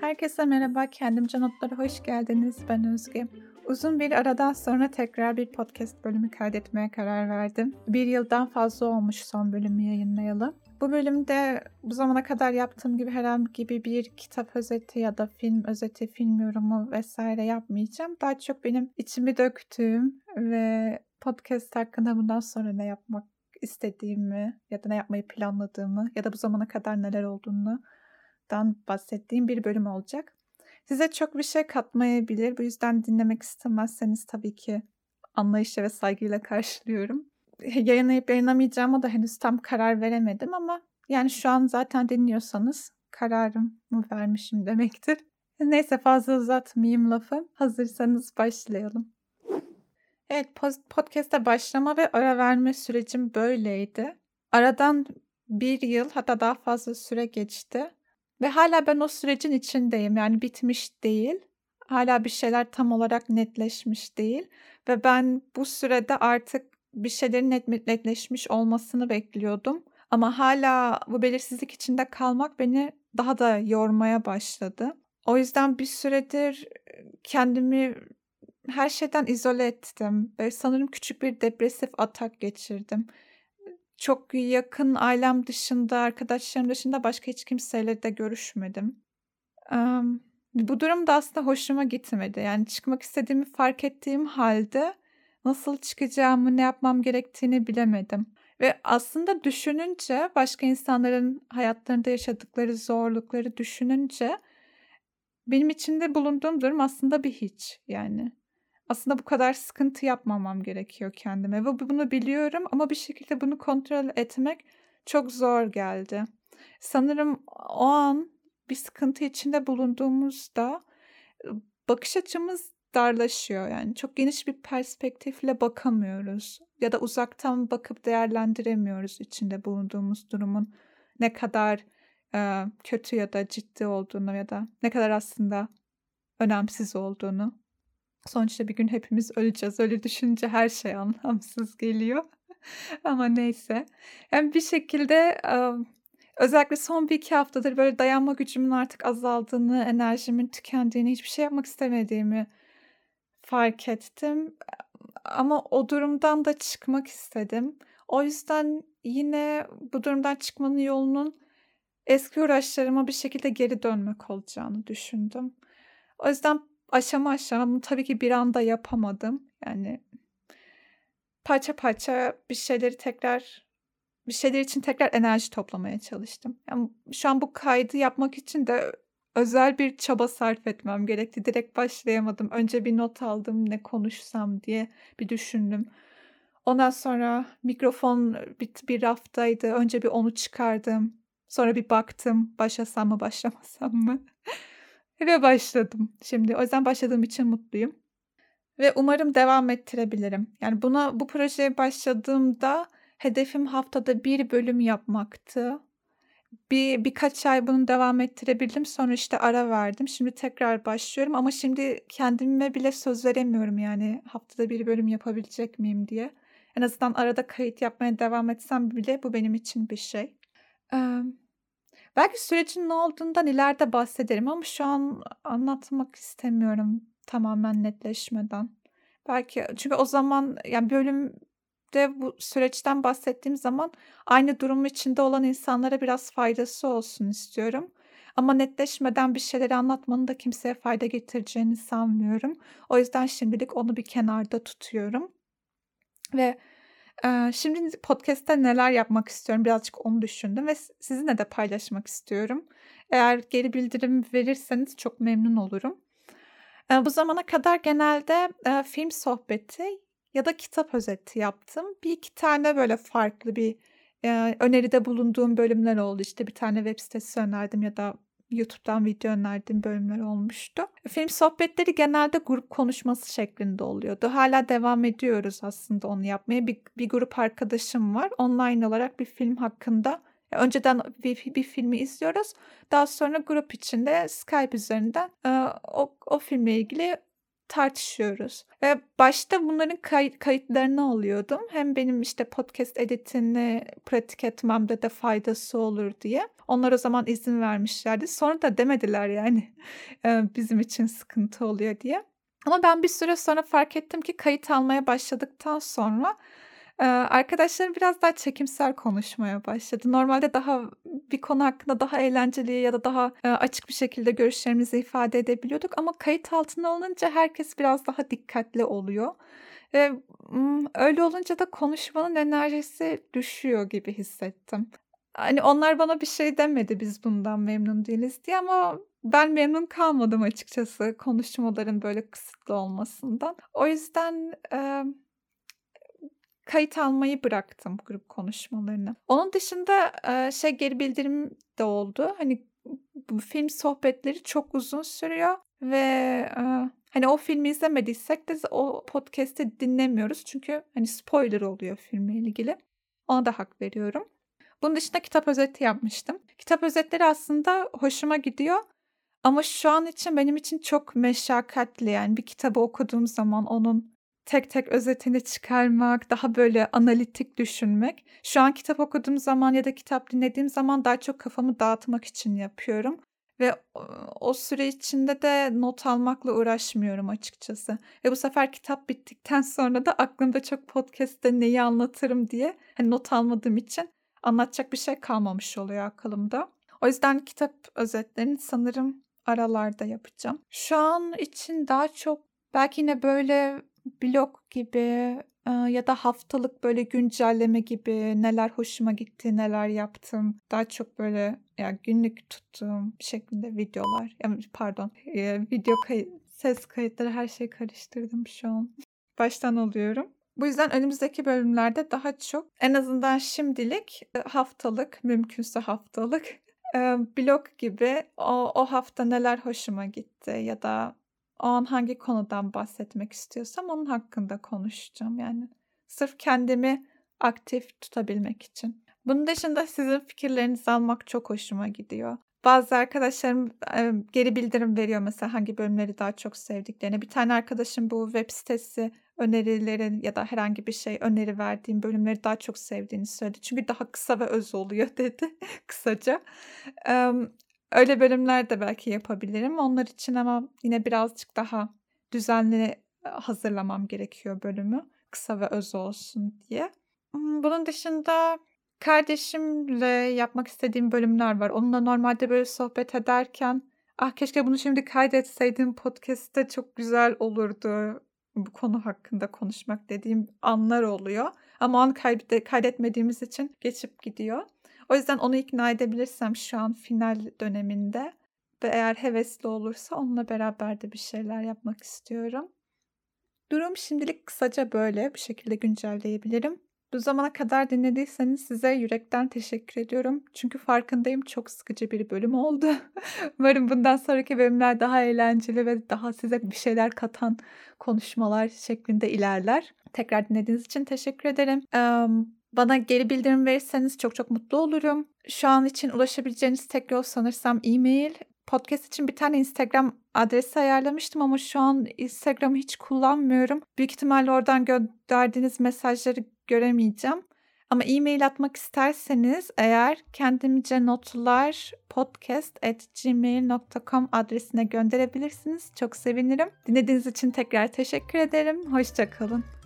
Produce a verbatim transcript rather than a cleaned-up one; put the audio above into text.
Herkese merhaba, Kendimce Notlara hoş geldiniz. Ben Özge. Uzun bir aradan sonra tekrar bir podcast bölümü kaydetmeye karar verdim. Bir yıldan fazla olmuş son bölümü yayınlayalı. Bu bölümde bu zamana kadar yaptığım gibi herhangi bir kitap özeti ya da film özeti, film yorumu vesaire yapmayacağım. Daha çok benim içimi döktüğüm ve podcast hakkında bundan sonra ne yapmak istediğimi ya da ne yapmayı planladığımı ya da bu zamana kadar neler olduğunu bahsettiğim bir bölüm olacak. Size çok bir şey katmayabilir. Bu yüzden dinlemek istemezseniz tabii ki anlayışla ve saygıyla karşılıyorum. Yayınlayıp yayınlamayacağıma da henüz tam karar veremedim ama yani şu an zaten dinliyorsanız kararımı vermişim demektir. Neyse fazla uzatmayayım lafı. Hazırsanız başlayalım. Evet, podcast'a başlama ve ara verme sürecim böyleydi. Aradan bir yıl hatta daha fazla süre geçti. Ve hala ben o sürecin içindeyim. Yani bitmiş değil. Hala bir şeyler tam olarak netleşmiş değil. Ve ben bu sürede artık bir şeylerin net, netleşmiş olmasını bekliyordum. Ama hala bu belirsizlik içinde kalmak beni daha da yormaya başladı. O yüzden bir süredir kendimi her şeyden izole ettim. Böyle sanırım küçük bir depresif atak geçirdim. Çok yakın ailem dışında, arkadaşlarım dışında başka hiç kimseyle de görüşmedim. Emm, bu durum da aslında hoşuma gitmedi. Yani çıkmak istediğimi fark ettiğim halde nasıl çıkacağımı, ne yapmam gerektiğini bilemedim. Ve aslında düşününce, başka insanların hayatlarında yaşadıkları zorlukları düşününce benim içinde bulunduğum durum aslında bir hiç yani. Aslında bu kadar sıkıntı yapmamam gerekiyor kendime ve bunu biliyorum ama bir şekilde bunu kontrol etmek çok zor geldi. Sanırım o an bir sıkıntı içinde bulunduğumuzda bakış açımız darlaşıyor. Yani çok geniş bir perspektifle bakamıyoruz ya da uzaktan bakıp değerlendiremiyoruz içinde bulunduğumuz durumun ne kadar e, kötü ya da ciddi olduğunu ya da ne kadar aslında önemsiz olduğunu. Sonuçta bir gün hepimiz öleceğiz. Öyle düşününce her şey anlamsız geliyor. Ama neyse. Yani bir şekilde emm, özellikle son bir iki haftadır böyle dayanma gücümün artık azaldığını, enerjimin tükendiğini, hiçbir şey yapmak istemediğimi fark ettim. Ama o durumdan da çıkmak istedim. O yüzden yine bu durumdan çıkmanın yolunun eski uğraşlarıma bir şekilde geri dönmek olacağını düşündüm. O yüzden aşama aşama bunu tabii ki bir anda yapamadım. Yani parça parça bir şeyleri tekrar bir şeyler için tekrar enerji toplamaya çalıştım. Yani şu an bu kaydı yapmak için de özel bir çaba sarf etmem gerekti. Direkt başlayamadım. Önce bir not aldım, ne konuşsam diye bir düşündüm. Ondan sonra mikrofon bir, bir raftaydı. Önce bir onu çıkardım. Sonra bir baktım, başlasam mı başlamasam mı? Ve başladım şimdi. O yüzden başladığım için mutluyum ve umarım devam ettirebilirim. Yani buna bu projeye başladığımda hedefim haftada bir bölüm yapmaktı. Bir birkaç ay bunu devam ettirebildim. Sonra, işte, ara verdim. Şimdi tekrar başlıyorum ama şimdi kendime bile söz veremiyorum, yani, haftada bir bölüm yapabilecek miyim diye. En azından arada kayıt yapmaya devam etsem bile bu benim için bir şey. Emm, belki sürecin ne olduğundan ileride bahsederim ama şu an anlatmak istemiyorum tamamen netleşmeden. Belki çünkü o zaman, yani, bölümde bu süreçten bahsettiğim zaman aynı durum içinde olan insanlara biraz faydası olsun istiyorum. Ama netleşmeden bir şeyleri anlatmanın da kimseye fayda getireceğini sanmıyorum. O yüzden şimdilik onu bir kenarda tutuyorum ve, eee, şimdi podcast'te neler yapmak istiyorum birazcık onu düşündüm ve s sizinle de paylaşmak istiyorum. Eğer geri bildirim verirseniz çok memnun olurum. Eee, bu zamana kadar genelde, eee, film sohbeti ya da kitap özeti yaptım. bir iki tane böyle farklı bir, eee, öneride bulunduğum bölümler oldu. İşte, bir tane web sitesi önerdim ya da YouTube'dan video önerdiğim bölümler olmuştu. Film sohbetleri genelde grup konuşması şeklinde oluyordu. Hâlâ devam ediyoruz aslında onu yapmaya. Bir bir grup arkadaşım var. Online olarak bir film hakkında önceden bir bir filmi izliyoruz. Daha sonra grup içinde Skype üzerinden, eee, o o filmle ilgili tartışıyoruz. Ve başta bunların kay- kayıtlarını alıyordum. Hem benim işte podcast editini pratik etmemde de faydası olur diye. Onlar o zaman izin vermişlerdi. Sonra da demediler yani bizim için sıkıntı oluyor diye. Ama ben bir süre sonra fark ettim ki kayıt almaya başladıktan sonra Eee, arkadaşlarım biraz daha çekimser konuşmaya başladı. Normalde daha bir konu hakkında daha eğlenceli ya da daha, eee, açık bir şekilde görüşlerimizi ifade edebiliyorduk ama kayıt altına alınınca herkes biraz daha dikkatli oluyor ve, ımm, öyle olunca da konuşmanın enerjisi düşüyor gibi hissettim. Hani, onlar bana bir şey demedi, "Biz bundan memnun değiliz." diye ama ben memnun kalmadım açıkçası konuşmaların böyle kısıtlı olmasından. O yüzden, emm kayıt almayı bıraktım grup konuşmalarını. Onun dışında, eee, şey geri bildirim de oldu. Hani, bu film sohbetleri çok uzun sürüyor ve, eee, hani, o filmi izlemediysek de o podcast'i dinlemiyoruz. Çünkü, hani, spoiler oluyor filmle ilgili. Ona da hak veriyorum. Bunun dışında kitap özeti yapmıştım. Kitap özetleri aslında hoşuma gidiyor ama şu an için benim için çok meşakkatli. Yani bir kitabı okuduğum zaman onun tek tek özetini çıkarmak, daha böyle analitik düşünmek. Şu an kitap okuduğum zaman ya da kitap dinlediğim zaman daha çok kafamı dağıtmak için yapıyorum ve o o süre içinde de not almakla uğraşmıyorum açıkçası. Ve bu sefer kitap bittikten sonra da aklımda çok podcast'te neyi anlatırım diye, hani, not almadığım için anlatacak bir şey kalmamış oluyor aklımda. O yüzden kitap özetlerini sanırım aralarda yapacağım. Şu an için daha çok belki yine böyle blog gibi, eee, ya da haftalık böyle güncelleme gibi neler hoşuma gitti, neler yaptım. Daha çok böyle ya günlük tuttuğum şeklinde videolar. Ya, pardon, eee, video kayı ses kayıtları her şeyi karıştırdım şu an. Baştan alıyorum. Bu yüzden önümüzdeki bölümlerde daha çok en azından şimdilik, eee, haftalık, mümkünse haftalık, eee, blog gibi o o hafta neler hoşuma gitti ya da o an hangi konudan bahsetmek istiyorsam onun hakkında konuşacağım. Yani sırf kendimi aktif tutabilmek için. Bunun dışında sizin fikirlerinizi almak çok hoşuma gidiyor. Bazı arkadaşlarım, eee, geri bildirim veriyor mesela hangi bölümleri daha çok sevdiklerini. Bir tane arkadaşım bu web sitesi önerileri ya da herhangi bir şey öneri verdiğim bölümleri daha çok sevdiğini söyledi. Çünkü daha kısa ve öz oluyor dedi kısaca. Emm, öyle bölümler de belki yapabilirim. Onlar için ama yine birazcık daha düzenli, eee, hazırlamam gerekiyor bölümü, kısa ve öz olsun diye. Imm, bunun dışında kardeşimle yapmak istediğim bölümler var. Onunla normalde böyle sohbet ederken, "Ah, keşke bunu şimdi kaydetseydim, podcast'te çok güzel olurdu bu konu hakkında konuşmak." dediğim anlar oluyor ama o an kayde kaydetmediğimiz için geçip gidiyor. O yüzden onu ikna edebilirsem şu an final döneminde ve eğer hevesli olursa onunla beraber de bir şeyler yapmak istiyorum. Durum şimdilik kısaca böyle. Bu şekilde güncelleyebilirim. Bu zamana kadar dinlediyseniz size yürekten teşekkür ediyorum. Çünkü farkındayım çok sıkıcı bir bölüm oldu. Umarım bundan sonraki bölümler daha eğlenceli ve daha size bir şeyler katan konuşmalar şeklinde ilerler. Tekrar dinlediğiniz için teşekkür ederim. Emm, bana geri bildirim verirseniz çok çok mutlu olurum. Şu an için ulaşabileceğiniz tek yol sanırsam e-mail. Podcast için bir tane Instagram adresi ayarlamıştım ama şu an Instagram'ı hiç kullanmıyorum. Büyük ihtimalle oradan gönderdiğiniz mesajları göremeyeceğim. Ama e-mail atmak isterseniz eğer kendimce notlar podcast at gmail nokta com adresine gönderebilirsiniz. Çok sevinirim. Dinlediğiniz için tekrar teşekkür ederim. Hoşça kalın.